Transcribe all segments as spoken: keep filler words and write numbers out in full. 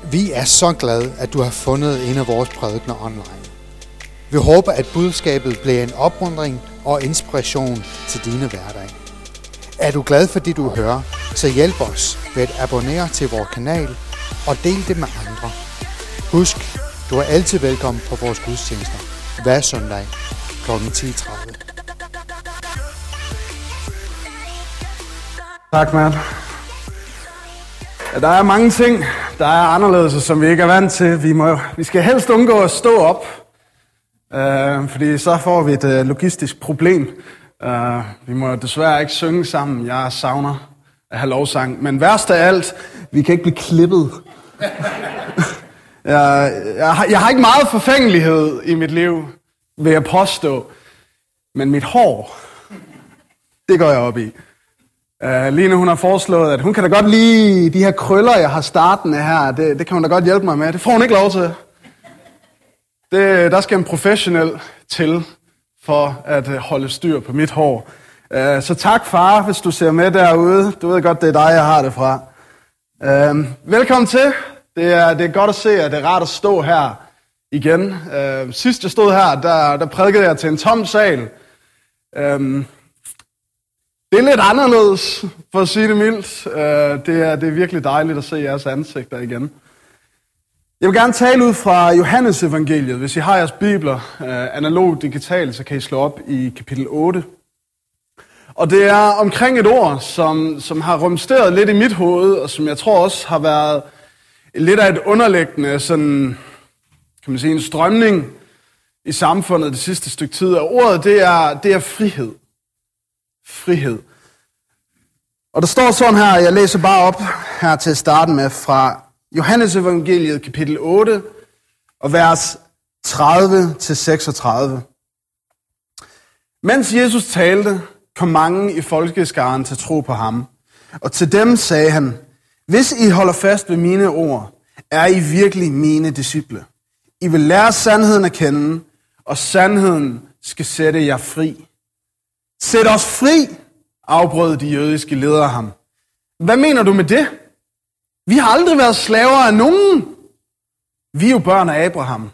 Vi er så glade, at du har fundet en af vores prædikener online. Vi håber, at budskabet bliver en opmuntring og inspiration til dine hverdage. Er du glad for det, du hører, så hjælp os ved at abonnere til vores kanal og del det med andre. Husk, du er altid velkommen på vores gudstjenester hver søndag klokken ti tredive. Tak, Matt. Ja, der er mange ting, der er anderledes, som vi ikke er vant til. Vi, må, vi skal helst undgå at stå op, øh, fordi så får vi et øh, logistisk problem. Øh, vi må desværre ikke synge sammen. Jeg savner at have lovsang. Men værst af alt, vi kan ikke blive klippet. jeg, jeg, har, jeg har ikke meget forfængelighed i mit liv, vil jeg påstå. Men mit hår, det går jeg op i. Uh, Line, hun har foreslået, at hun kan da godt lide de her krøller, jeg har startende her. Det, det kan hun da godt hjælpe mig med. Det får hun ikke lov til. Det, der skal en professionel til for at holde styr på mit hår. Uh, så tak, far, hvis du ser med derude. Du ved godt, det er dig, jeg har det fra. Uh, velkommen til. Det er, det er godt at se, og det er rart at stå her igen. Uh, sidst jeg stod her, der, der prædikede jeg til en tom sal. Uh, Det er lidt anderledes, for at sige det mildt. Det er, det er virkelig dejligt at se jeres ansigter igen. Jeg vil gerne tale ud fra Johannes evangeliet. Hvis I har jeres bibler analog digitalt, så kan I slå op i kapitel otte. Og det er omkring et ord, som, som har rumsteret lidt i mit hoved, og som jeg tror også har været lidt af et underliggende, sådan, kan man sige, en strømning i samfundet det sidste stykke tid. Og ordet, det er, det er frihed. Frihed. Og der står sådan her, jeg læser bare op her til at starte med, fra Johannes evangeliet kapitel otte, og vers tredive til seksogtredive. Mens Jesus talte, kom mange i folkeskaren til tro på ham. Og til dem sagde han, hvis I holder fast ved mine ord, er I virkelig mine disciple. I vil lære sandheden at kende, og sandheden skal sætte jer fri. Sæt os fri, afbrød de jødiske ledere ham. Hvad mener du med det? Vi har aldrig været slaver af nogen. Vi er jo børn af Abraham.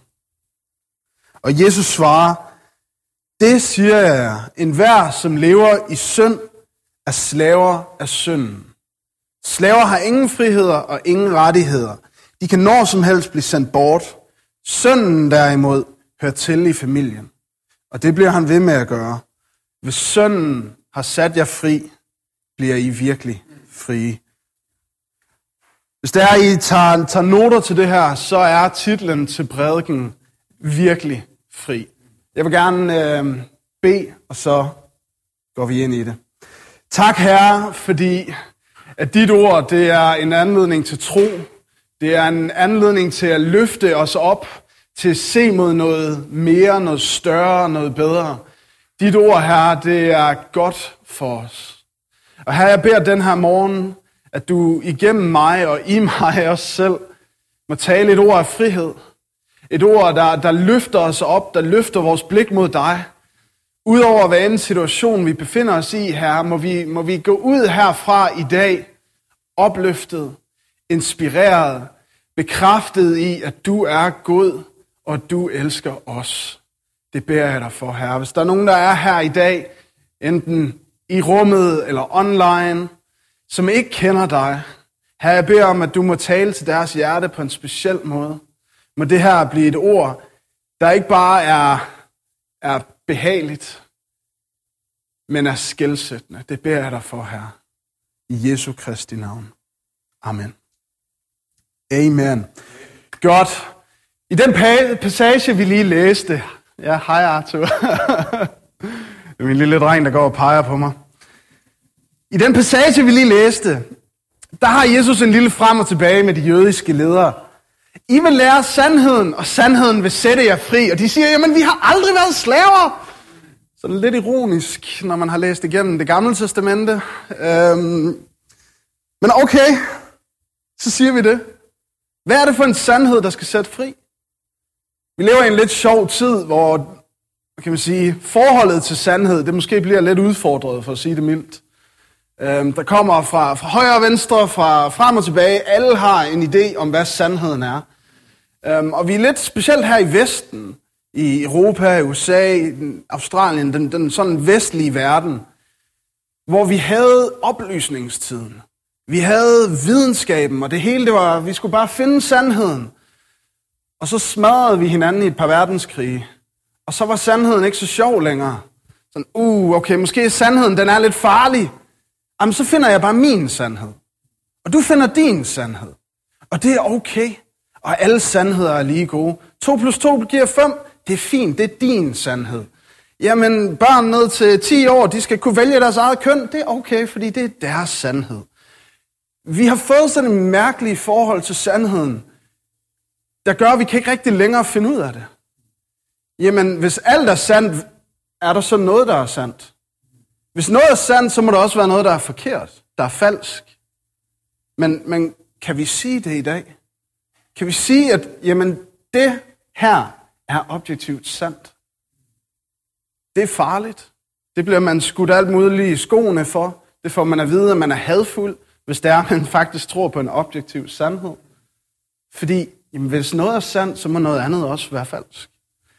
Og Jesus svarer, det siger jeg jer, enhver som lever i synd, er slaver af synden. Slaver har ingen friheder og ingen rettigheder. De kan når som helst blive sendt bort. Synden derimod hører til i familien. Og det bliver han ved med at gøre. Hvis sønnen har sat jer fri, bliver I virkelig frie. Hvis der I tager, tager noter til det her, så er titlen til prædiken virkelig fri. Jeg vil gerne øh, bede, og så går vi ind i det. Tak, Herre, fordi at dit ord, det er en anledning til tro. Det er en anledning til at løfte os op, til at se mod noget mere, noget større, noget bedre. Dit ord, Herre, det er godt for os. Og Herre, jeg beder den her morgen, at du igennem mig og i mig også selv må tale et ord af frihed. Et ord, der, der løfter os op, der løfter vores blik mod dig. Udover hver anden situation, vi befinder os i, Herre, må vi, må vi gå ud herfra i dag, opløftet, inspireret, bekræftet i, at du er god, og du elsker os. Det beder jeg dig for, Herre. Hvis der er nogen, der er her i dag, enten i rummet eller online, som ikke kender dig, Herre, jeg beder om, at du må tale til deres hjerte på en speciel måde. Må det her blive et ord, der ikke bare er, er behageligt, men er skelsættende. Det beder jeg dig for, Herre. I Jesu Kristi navn. Amen. Amen. Godt. I den passage, vi lige læste. Ja, hej Arthur. Det er min lille dreng, der går og peger på mig. I den passage, vi lige læste, der har Jesus en lille frem og tilbage med de jødiske ledere. I vil lære sandheden, og sandheden vil sætte jer fri. Og de siger, jamen vi har aldrig været slaver. Så det er lidt ironisk, når man har læst igennem det gamle testamente. Øhm, men okay, så siger vi det. Hvad er det for en sandhed, der skal sætte fri? Vi lever i en lidt sjov tid, hvor kan man sige, forholdet til sandhed, det måske bliver lidt udfordret, for at sige det mildt. Øhm, der kommer fra, fra højre og venstre, fra frem og tilbage. Alle har en idé om, hvad sandheden er. Øhm, og vi er lidt specielt her i Vesten, i Europa, i U S A, i Australien, den, den sådan vestlige verden, hvor vi havde oplysningstiden. Vi havde videnskaben, og det hele, det var, vi skulle bare finde sandheden. Og så smadrede vi hinanden i et par verdenskrige. Og så var sandheden ikke så sjov længere. Sådan, uh, okay, måske sandheden, den er lidt farlig. Jamen, så finder jeg bare min sandhed. Og du finder din sandhed. Og det er okay. Og alle sandheder er lige gode. to plus to giver fem. Det er fint, det er din sandhed. Jamen, børn ned til ti år, de skal kunne vælge deres eget køn. Det er okay, fordi det er deres sandhed. Vi har fået sådan en mærkelig forhold til sandheden, der gør, at vi kan ikke rigtig længere finde ud af det. Jamen, hvis alt er sandt, er der så noget, der er sandt? Hvis noget er sandt, så må der også være noget, der er forkert, der er falsk. Men, men kan vi sige det i dag? Kan vi sige, at jamen, det her er objektivt sandt? Det er farligt. Det bliver man skudt alt muligt i skoene for. Det får man at vide, at man er hadfuld, hvis det er, at man faktisk tror på en objektiv sandhed. Fordi jamen, hvis noget er sandt, så må noget andet også være falsk.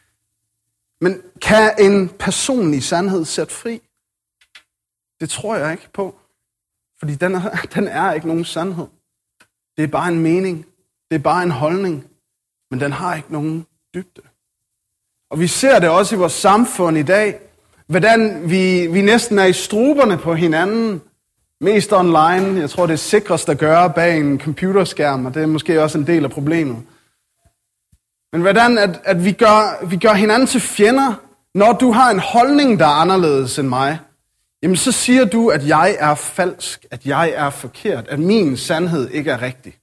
Men kan en personlig sandhed sætte fri? Det tror jeg ikke på. Fordi den er, den er ikke nogen sandhed. Det er bare en mening. Det er bare en holdning. Men den har ikke nogen dybde. Og vi ser det også i vores samfund i dag, hvordan vi, vi næsten er i struberne på hinanden. Mest online. Jeg tror, det er sikrest at gøre bag en computerskærm, og det er måske også en del af problemet. Men hvordan at, at vi, gør, vi gør hinanden til fjender, når du har en holdning, der er anderledes end mig, jamen så siger du, at jeg er falsk, at jeg er forkert, at min sandhed ikke er rigtig.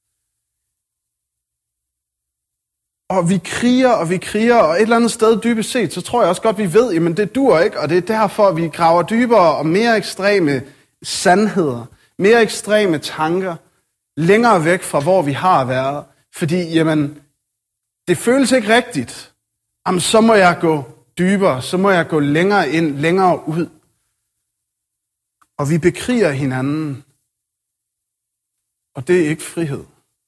Og vi kriger, og vi kriger, og et eller andet sted dybest set, så tror jeg også godt, vi ved, jamen det dur ikke, og det er derfor, vi graver dybere og mere ekstreme sandheder, mere ekstreme tanker, længere væk fra, hvor vi har været. Fordi, jamen, det føles ikke rigtigt. Jamen, så må jeg gå dybere, så må jeg gå længere ind, længere ud. Og vi bekriger hinanden. Og det er ikke frihed.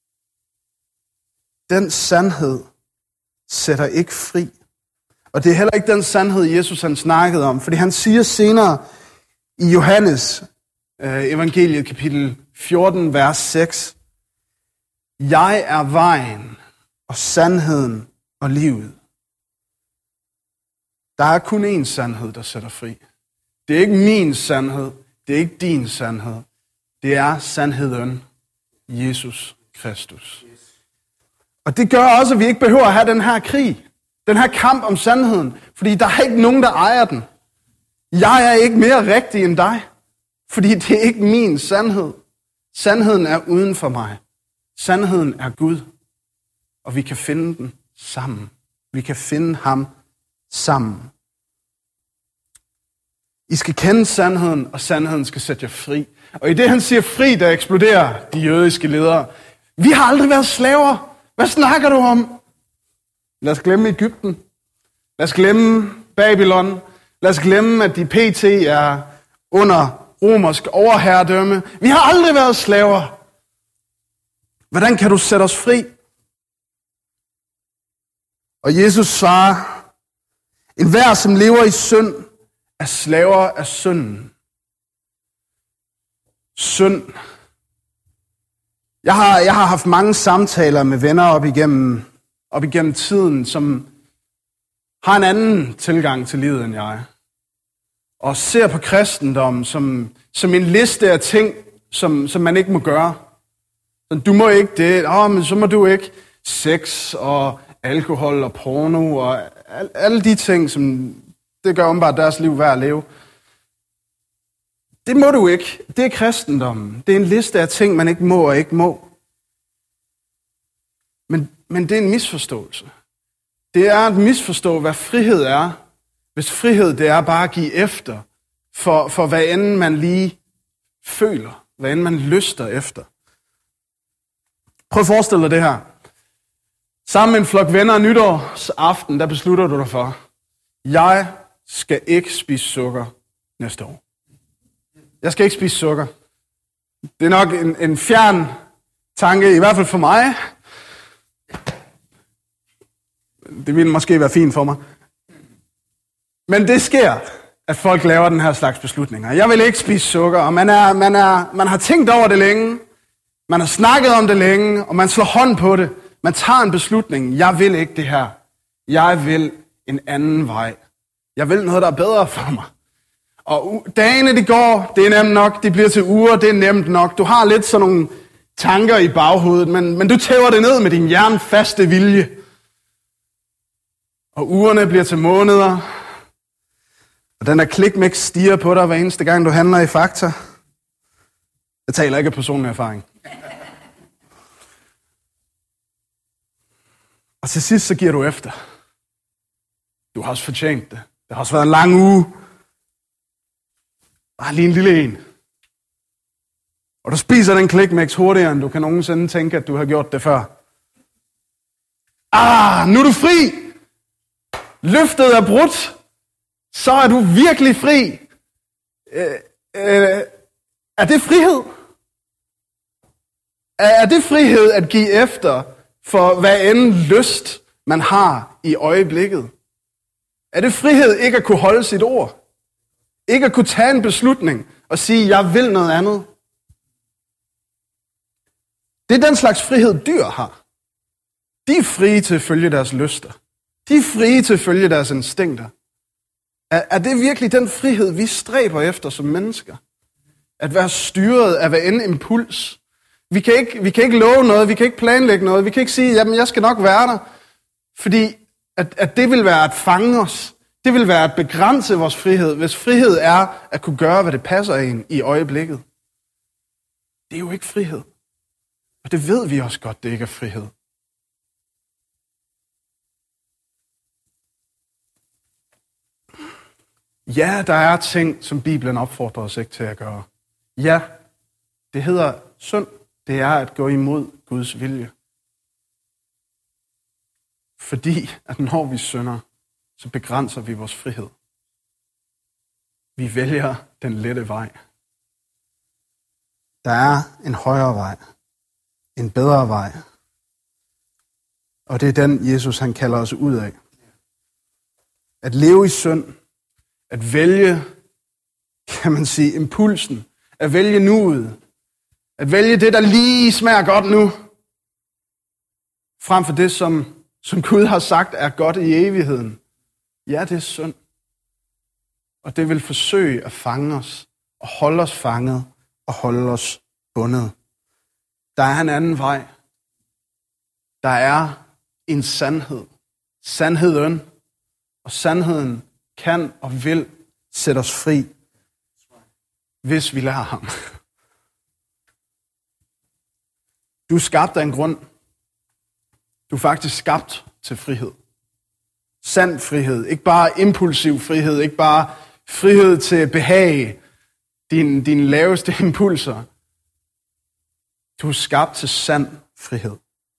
Den sandhed sætter ikke fri. Og det er heller ikke den sandhed, Jesus han snakkede om. Fordi han siger senere i Johannes øh, evangeliet kapitel fjorten, vers seks. Jeg er vejen og sandheden og livet. Der er kun én sandhed, der sætter fri. Det er ikke min sandhed. Det er ikke din sandhed. Det er sandheden. Jesus Kristus. Og det gør også, at vi ikke behøver at have den her krig. Den her kamp om sandheden. Fordi der er ikke nogen, der ejer den. Jeg er ikke mere rigtig end dig. Fordi det er ikke min sandhed. Sandheden er uden for mig. Sandheden er Gud. Og vi kan finde den sammen. Vi kan finde ham sammen. I skal kende sandheden, og sandheden skal sætte jer fri. Og i det, han siger fri, der eksploderer de jødiske ledere. Vi har aldrig været slaver. Hvad snakker du om? Lad os glemme Egypten. Lad os glemme Babylon. Lad os glemme, at de pt. Er under romersk overherredømme. Vi har aldrig været slaver. Hvordan kan du sætte os fri? Og Jesus svarer, enhver som lever i synd, er slaver af synden. Synd. Jeg har, jeg har haft mange samtaler med venner op igennem, op igennem tiden, som har en anden tilgang til livet end jeg. Og ser på kristendom som, som en liste af ting, som, som man ikke må gøre. Du må ikke det, oh, men så må du ikke sex og alkohol og porno og alle de ting, som det gør åbenbart deres liv værd at leve. Det må du ikke. Det er kristendommen. Det er en liste af ting, man ikke må og ikke må. Men, men det er en misforståelse. Det er at misforstå, hvad frihed er, hvis frihed det er bare at give efter for, for hvad end man lige føler, hvad end man lyster efter. Prøv at forestille dig det her. Sammen med en flok venner nytårsaften, der beslutter du dig for, jeg skal ikke spise sukker næste år. Jeg skal ikke spise sukker. Det er nok en, en fjern tanke, i hvert fald for mig. Det ville måske være fint for mig. Men det sker, at folk laver den her slags beslutninger. Jeg vil ikke spise sukker, og man, er, man, er, man har tænkt over det længe. Man har snakket om det længe, og man slår hånd på det. Man tager en beslutning. Jeg vil ikke det her. Jeg vil en anden vej. Jeg vil noget, der er bedre for mig. Og dagene, de går, det er nemt nok. De bliver til uger, det er nemt nok. Du har lidt sådan nogle tanker i baghovedet, men, men du tæver det ned med din jernfaste vilje. Og ugerne bliver til måneder. Og den der klikmix stiger på dig hver eneste gang, du handler i Fakta. Jeg taler ikke af personlig erfaring. Og til sidst så giver du efter. Du har også fortjent det. Det har også været en lang uge. Bare lige en lille en. Og du spiser den klikmix hurtigere, end du kan nogensinde tænke, at du har gjort det før. Ah, nu er du fri! Løftet er brudt. Så er du virkelig fri. Øh, øh, er det frihed? Er, er det frihed at give efter for hvad end lyst man har i øjeblikket? Er det frihed ikke at kunne holde sit ord? Ikke at kunne tage en beslutning og sige, jeg vil noget andet? Det er den slags frihed, dyr har. De er frie til at følge deres lyster. De er frie til at følge deres instinkter. Er, er det virkelig den frihed, vi stræber efter som mennesker? At være styret af hvad end impuls? Vi kan ikke, vi kan ikke love noget, vi kan ikke planlægge noget, vi kan ikke sige, jamen jeg skal nok være der. Fordi at, at det vil være at fange os. Det vil være at begrænse vores frihed, hvis frihed er at kunne gøre, hvad det passer en i øjeblikket. Det er jo ikke frihed. Og det ved vi også godt, det ikke er frihed. Ja, der er ting, som Bibelen opfordrer os ikke til at gøre. Ja, det hedder synd. Det er at gå imod Guds vilje. Fordi at når vi synder, så begrænser vi vores frihed. Vi vælger den lette vej. Der er en højere vej. En bedre vej. Og det er den, Jesus han kalder os ud af. At leve i synd. At vælge, kan man sige, impulsen. At vælge nuet. At vælge det, der lige smager godt nu. Frem for det, som, som Gud har sagt er godt i evigheden. Ja, det er synd. Og det vil forsøge at fange os. Og holde os fanget. Og holde os bundet. Der er en anden vej. Der er en sandhed. Sandheden. Og sandheden kan og vil sætte os fri, hvis vi lader ham. Du er skabt af en grund. Du er faktisk skabt til frihed. Sand frihed. Ikke bare impulsiv frihed. Ikke bare frihed til at behage dine, dine laveste impulser. Du er skabt til sand frihed.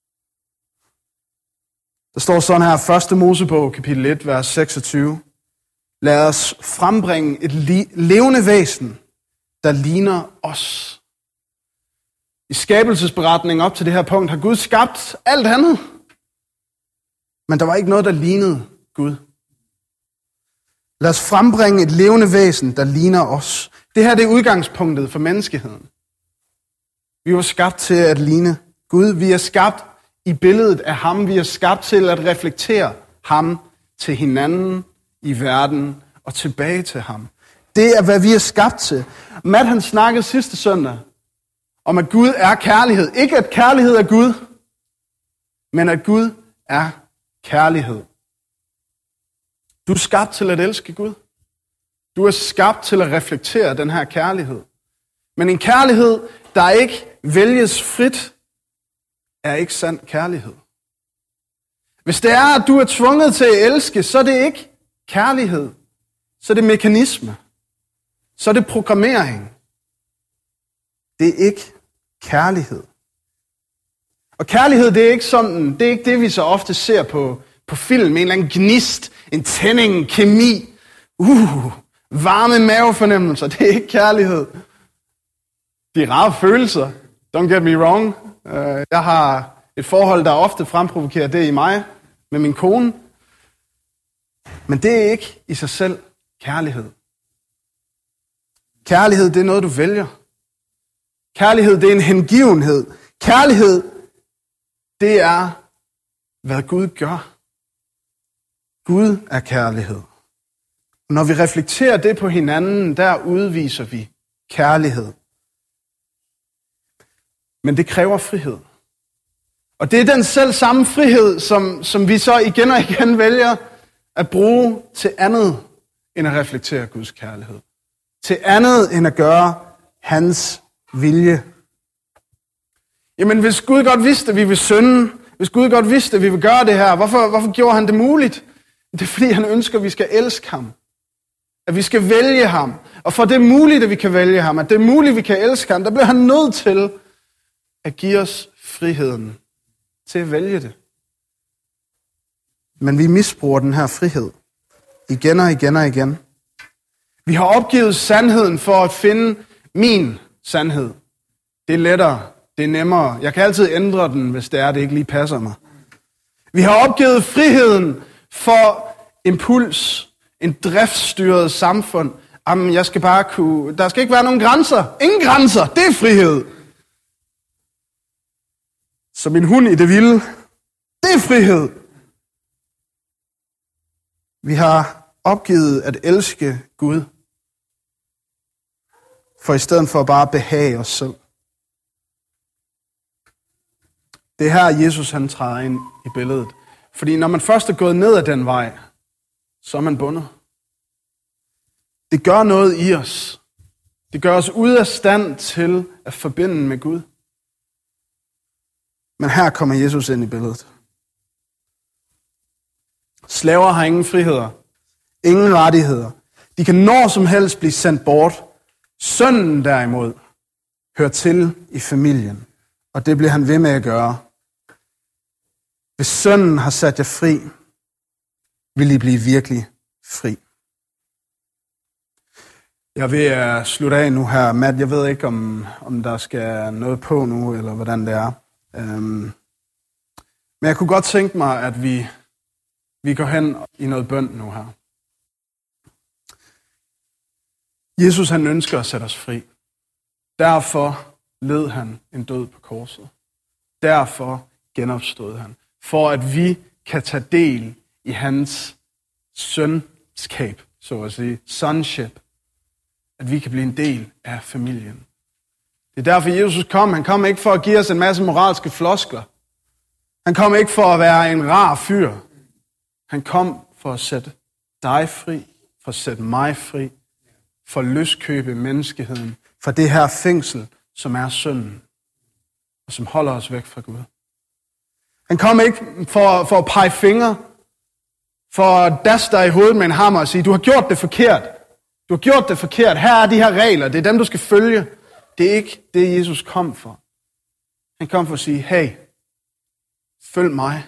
Der står sådan her, første Mosebog, kapitel et, vers seksogtyve. Lad os frembringe et levende væsen, der ligner os. I skabelsesberetningen op til det her punkt har Gud skabt alt andet. Men der var ikke noget, der lignede Gud. Lad os frembringe et levende væsen, der ligner os. Det her det er udgangspunktet for menneskeheden. Vi var skabt til at ligne Gud. Vi er skabt i billedet af ham. Vi er skabt til at reflektere ham til hinanden i verden og tilbage til ham. Det er, hvad vi er skabt til. Matt han snakkede sidste søndag om, at Gud er kærlighed. Ikke at kærlighed er Gud, men at Gud er kærlighed. Du er skabt til at elske Gud. Du er skabt til at reflektere den her kærlighed. Men en kærlighed, der ikke vælges frit, er ikke sand kærlighed. Hvis det er, at du er tvunget til at elske, så er det ikke kærlighed. Så er det mekanisme. Så er det programmering. Det er ikke kærlighed. Og kærlighed, det er ikke sådan, det er ikke det, vi så ofte ser på, på film. En eller anden gnist, en tænding, en kemi. Uh, varme mavefornemmelser, det er ikke kærlighed. de rare følelser. Don't get me wrong. Jeg har et forhold, der ofte fremprovokerer det i mig med min kone. Men det er ikke i sig selv kærlighed. Kærlighed, det er noget, du vælger. Kærlighed, det er en hengivenhed. Kærlighed, det er, hvad Gud gør. Gud er kærlighed. Når vi reflekterer det på hinanden, der udviser vi kærlighed. Men det kræver frihed. Og det er den selv samme frihed, som, som vi så igen og igen vælger at bruge til andet, end at reflektere Guds kærlighed. Til andet, end at gøre hans vilje. Jamen, hvis Gud godt vidste, at vi vil synde, hvis Gud godt vidste, at vi vil gøre det her, hvorfor, hvorfor gjorde han det muligt? Det er, fordi han ønsker, at vi skal elske ham. At vi skal vælge ham. Og for det er muligt, at vi kan vælge ham, at det er muligt, at vi kan elske ham, der bliver han nødt til at give os friheden til at vælge det. Men vi misbruger den her frihed igen og igen og igen. Vi har opgivet sandheden for at finde min sandhed. Det er lettere, det er nemmere. Jeg kan altid ændre den, hvis det er, det ikke lige passer mig. Vi har opgivet friheden for impuls, en driftsstyret samfund. Jamen, jeg skal bare kunne... Der skal ikke være nogen grænser. Ingen grænser, det er frihed. Som en hund i det vilde. Det er frihed. Vi har opgivet at elske Gud, for i stedet for at bare behage os selv. Det er her, Jesus han træder ind i billedet. Fordi når man først er gået ned ad den vej, så er man bundet. Det gør noget i os. Det gør os ude af stand til at forbinde med Gud. Men her kommer Jesus ind i billedet. Slaver har ingen friheder. Ingen rettigheder. De kan når som helst blive sendt bort. Sønnen derimod hører til i familien. Og det bliver han ved med at gøre. Hvis sønnen har sat jer fri, vil I blive virkelig fri. Jeg vil uh, slutte af nu her. Matt, jeg ved ikke, om, om der skal noget på nu, eller hvordan det er. Um, men jeg kunne godt tænke mig, at vi, vi går hen i noget bøn nu her. Jesus han ønsker at sætte os fri. Derfor led han en død på korset. Derfor genopstod han. For at vi kan tage del i hans sønskab, så at sige, sonship. At vi kan blive en del af familien. Det er derfor Jesus kom. Han kom ikke for at give os en masse moralske floskler. Han kom ikke for at være en rar fyr. Han kom for at sætte dig fri, for at sætte mig fri, for at løskøbe menneskeheden fra det her fængsel, som er synden, og som holder os væk fra Gud. Han kom ikke for, for at pege fingre, for at daske dig i hovedet med en hammer og sige, du har gjort det forkert. Du har gjort det forkert. Her er de her regler. Det er dem, du skal følge. Det er ikke det, Jesus kom for. Han kom for at sige, hey, følg mig.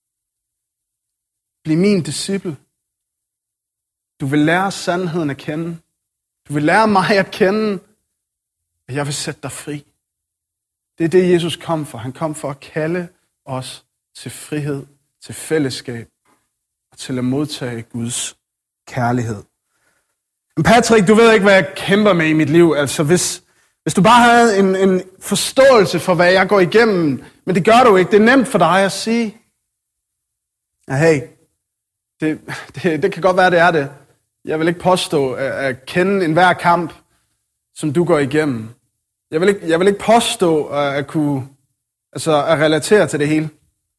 Bliv min disciple. Du vil lære sandheden at kende. Du vil lære mig at kende, og jeg vil sætte dig fri. Det er det, Jesus kom for. Han kom for at kalde os til frihed, til fællesskab og til at modtage Guds kærlighed. Men Patrick, du ved ikke, hvad jeg kæmper med i mit liv. Altså, hvis, hvis du bare havde en, en forståelse for, hvad jeg går igennem, men det gør du ikke. Det er nemt for dig at sige, ja, hey, det, det, det kan godt være, det er det. Jeg vil ikke påstå at, at kende enhver kamp, som du går igennem. Jeg vil ikke, jeg vil ikke påstå at, at kunne, altså at relatere til det hele.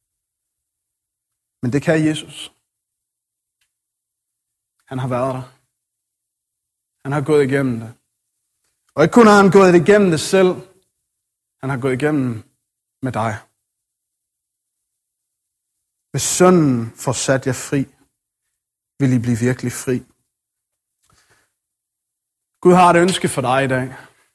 Men det kan Jesus. Han har været der. Han har gået igennem det. Og ikke kun har han gået igennem det selv, han har gået igennem med dig. Hvis sønnen får sat jer fri, vil I blive virkelig fri. Gud har et ønske for dig i dag.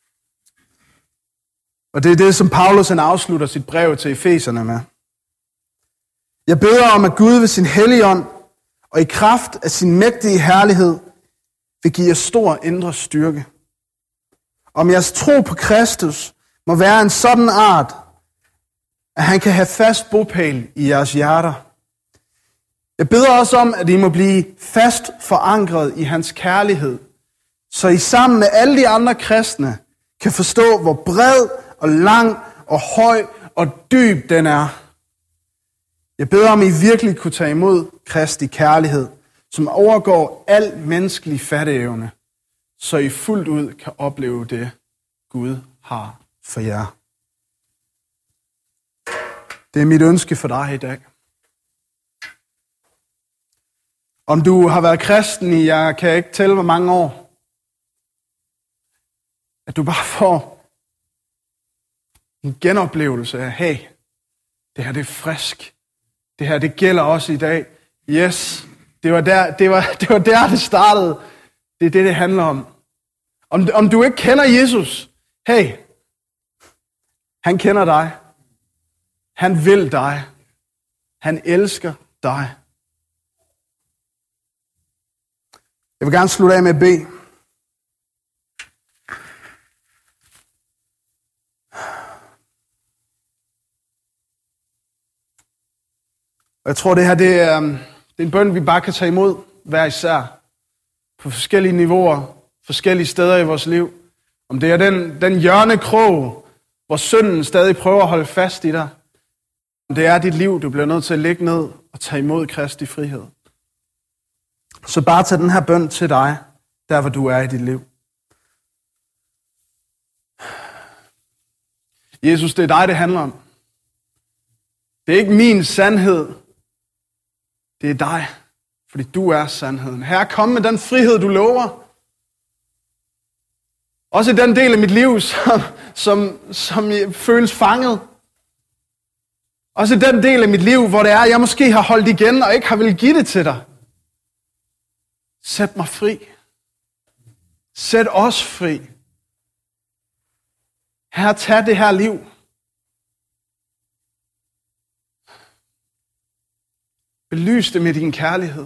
Og det er det, som Paulus han afslutter sit brev til Efeserne med. Jeg beder om, at Gud ved sin hellige ånd og i kraft af sin mægtige herlighed vil give jer stor indre styrke. Om jeres tro på Kristus må være en sådan art, at han kan have fast bopæl i jeres hjerter. Jeg beder også om, at I må blive fast forankret i hans kærlighed, så I sammen med alle de andre kristne kan forstå, hvor bred og lang og høj og dyb den er. Jeg beder om, I virkelig kunne tage imod Kristi kærlighed, som overgår al menneskelig fatteevne, så I fuldt ud kan opleve det, Gud har for jer. Det er mit ønske for dig i dag. Om du har været kristen i, jeg kan ikke tælle, hvor mange år, at du bare får en genoplevelse af, hey, det her det er frisk. Det her det gælder også i dag. Yes, det var der, det var, det var der, det startede. Det er det, det handler om. Om, om du ikke kender Jesus, hey, han kender dig. Han vil dig. Han elsker dig. Jeg vil gerne slutte af med at bede. Og jeg tror, det her det er, det er en bøn, vi bare kan tage imod hver især. På forskellige niveauer, forskellige steder i vores liv. Om det er den, den hjørnekrog, hvor synden stadig prøver at holde fast i dig. Om det er dit liv, du bliver nødt til at lægge ned og tage imod Kristi frihed. Så bare tag den her bøn til dig, der hvor du er i dit liv. Jesus, det er dig, det handler om. Det er ikke min sandhed. Det er dig, fordi du er sandheden. Herre, kom med den frihed, du lover. Også i den del af mit liv, som, som, som føles fanget. Også i den del af mit liv, hvor det er, jeg måske har holdt igen og ikke har vil give det til dig. Sæt mig fri. Sæt os fri. Herre, tag det her liv. Belys det med din kærlighed.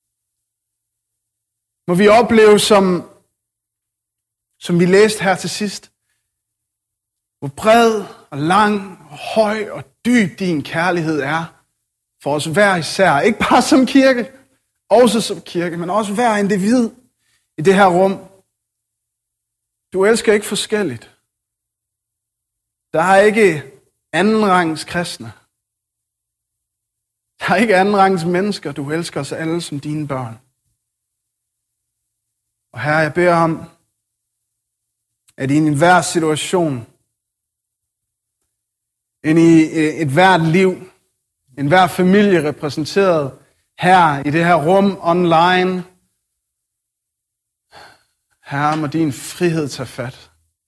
Må vi opleve, som, som vi læste her til sidst, hvor bred og lang og høj og dyb din kærlighed er for os hver især. Ikke bare som kirke, også som kirke, men også hver individ i det her rum. Du elsker ikke forskelligt. Der er ikke andenrangs kristne. Der er ikke andenrangs mennesker. Du elsker os alle som dine børn. Og Herre, jeg beder om, at i enhver situation, ind i et hvert liv, enhver familie repræsenteret her i det her rum online, Herre, må din frihed tage fat.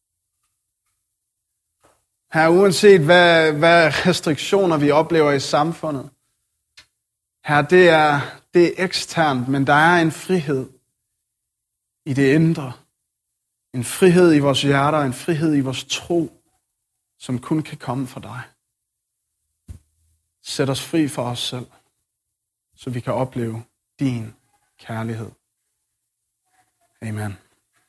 Herre, uanset hvad, hvad restriktioner vi oplever i samfundet, Herre, det er, det er eksternt, men der er en frihed i det indre. En frihed i vores hjerter, en frihed i vores tro, som kun kan komme fra dig. Sæt os fri for os selv, så vi kan opleve din kærlighed. Amen.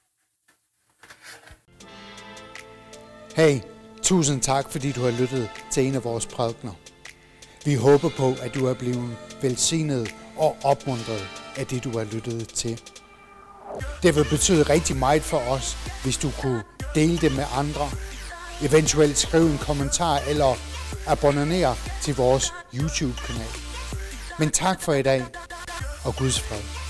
Hey, tusind tak, fordi du har lyttet til en af vores prædikener. Vi håber på, at du er blevet velsignet og opmuntret af det, du har lyttet til. Det vil betyde rigtig meget for os, hvis du kunne dele det med andre, eventuelt skrive en kommentar eller abonnere til vores YouTube-kanal. Men tak for i dag, og Guds fred.